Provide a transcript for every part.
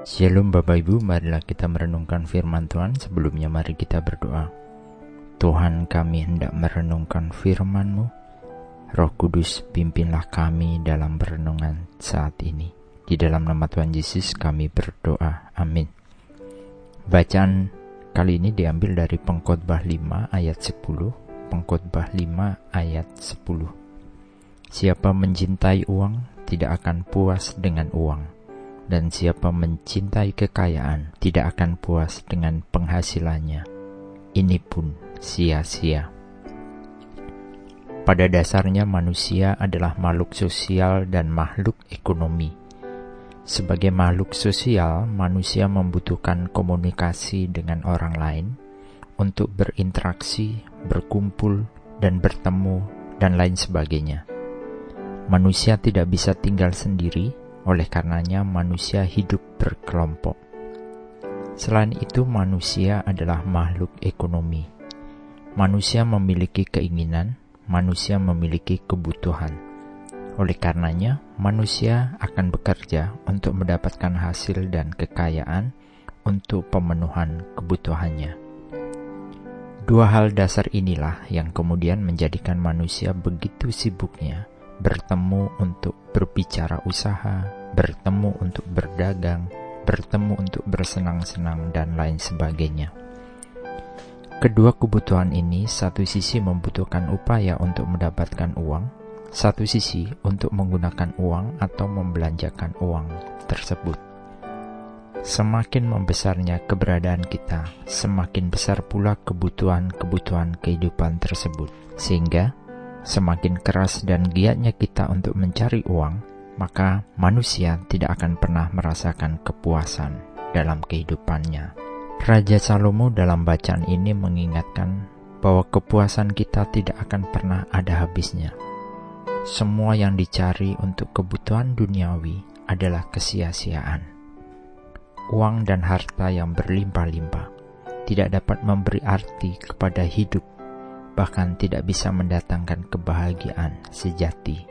Shalom Bapak Ibu, marilah kita merenungkan firman Tuhan. Sebelumnya mari kita berdoa. Tuhan, kami hendak merenungkan firman-Mu. Roh Kudus, pimpinlah kami dalam perenungan saat ini. Di dalam nama Tuhan Yesus kami berdoa. Amin. Bacaan kali ini diambil dari Pengkhotbah 5 ayat 10. Pengkhotbah 5 ayat 10. Siapa mencintai uang tidak akan puas dengan uang. Dan siapa mencintai kekayaan tidak akan puas dengan penghasilannya. Ini pun sia-sia. Pada dasarnya manusia adalah makhluk sosial dan makhluk ekonomi. Sebagai makhluk sosial, manusia membutuhkan komunikasi dengan orang lain untuk berinteraksi, berkumpul, dan bertemu, dan lain sebagainya. Manusia tidak bisa tinggal sendiri. Oleh karenanya manusia hidup berkelompok. Selain itu manusia adalah makhluk ekonomi. Manusia memiliki keinginan, manusia memiliki kebutuhan. Oleh karenanya manusia akan bekerja untuk mendapatkan hasil dan kekayaan untuk pemenuhan kebutuhannya. Dua hal dasar inilah yang kemudian menjadikan manusia begitu sibuknya bertemu untuk berbicara usaha, bertemu untuk berdagang, bertemu untuk bersenang-senang, dan lain sebagainya. Kedua kebutuhan ini satu sisi membutuhkan upaya untuk mendapatkan uang, satu sisi untuk menggunakan uang atau membelanjakan uang tersebut. Semakin membesarnya keberadaan kita, semakin besar pula kebutuhan-kebutuhan kehidupan tersebut. Sehingga semakin keras dan giatnya kita untuk mencari uang, maka manusia tidak akan pernah merasakan kepuasan dalam kehidupannya. Raja Salomo dalam bacaan ini mengingatkan bahwa kepuasan kita tidak akan pernah ada habisnya. Semua yang dicari untuk kebutuhan duniawi adalah kesia-siaan. Uang dan harta yang berlimpah-limpah tidak dapat memberi arti kepada hidup, bahkan tidak bisa mendatangkan kebahagiaan sejati.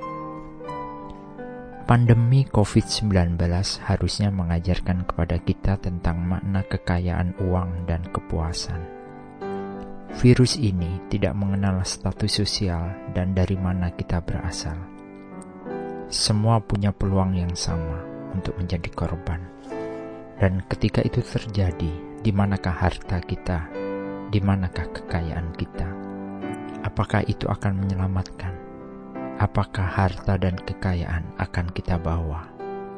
Pandemi COVID-19 harusnya mengajarkan kepada kita tentang makna kekayaan uang dan kepuasan. Virus ini tidak mengenal status sosial dan dari mana kita berasal. Semua punya peluang yang sama untuk menjadi korban. Dan ketika itu terjadi, di manakah harta kita? Di manakah kekayaan kita? Apakah itu akan menyelamatkan? Apakah harta dan kekayaan akan kita bawa?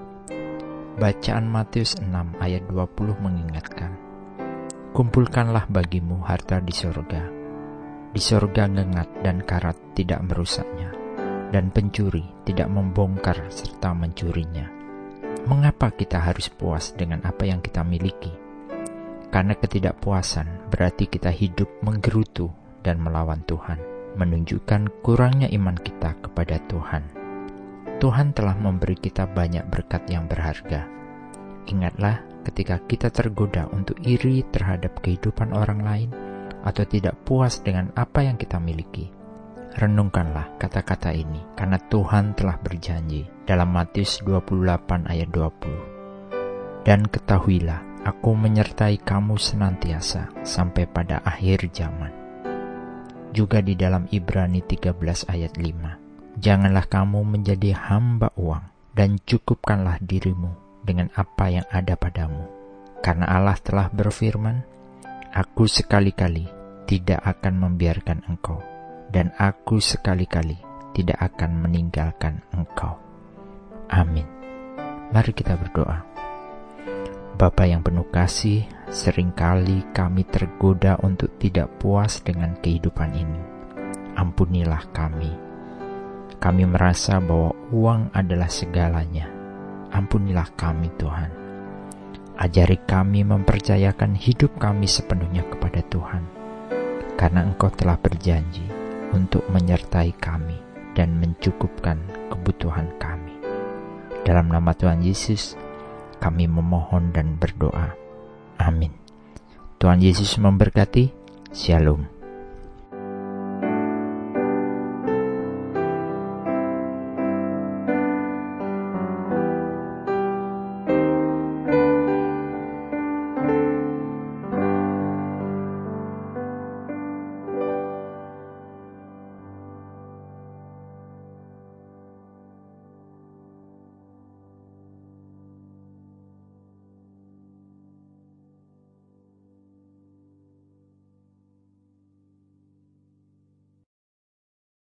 Bacaan Matius 6 ayat 20 mengingatkan, kumpulkanlah bagimu harta di sorga. Di sorga ngengat dan karat tidak merusaknya, dan pencuri tidak membongkar serta mencurinya. Mengapa kita harus puas dengan apa yang kita miliki? Karena ketidakpuasan berarti kita hidup menggerutu dan melawan Tuhan, menunjukkan kurangnya iman kita kepada Tuhan. Tuhan telah memberi kita banyak berkat yang berharga. Ingatlah ketika kita tergoda untuk iri terhadap kehidupan orang lain atau tidak puas dengan apa yang kita miliki. Renungkanlah kata-kata ini, karena Tuhan telah berjanji dalam Matius 28 ayat 20. Dan ketahuilah, aku menyertai kamu senantiasa sampai pada akhir zaman. Juga di dalam Ibrani 13 ayat 5. Janganlah kamu menjadi hamba uang, dan cukupkanlah dirimu dengan apa yang ada padamu. Karena Allah telah berfirman, aku sekali-kali tidak akan membiarkan engkau, dan aku sekali-kali tidak akan meninggalkan engkau. Amin. Mari kita berdoa. Bapa yang penuh kasih, seringkali kami tergoda untuk tidak puas dengan kehidupan ini. Ampunilah kami. Kami merasa bahwa uang adalah segalanya. Ampunilah kami Tuhan. Ajari kami mempercayakan hidup kami sepenuhnya kepada Tuhan. Karena Engkau telah berjanji untuk menyertai kami dan mencukupkan kebutuhan kami. Dalam nama Tuhan Yesus, kami memohon dan berdoa. Amin. Tuhan Yesus memberkati. Shalom.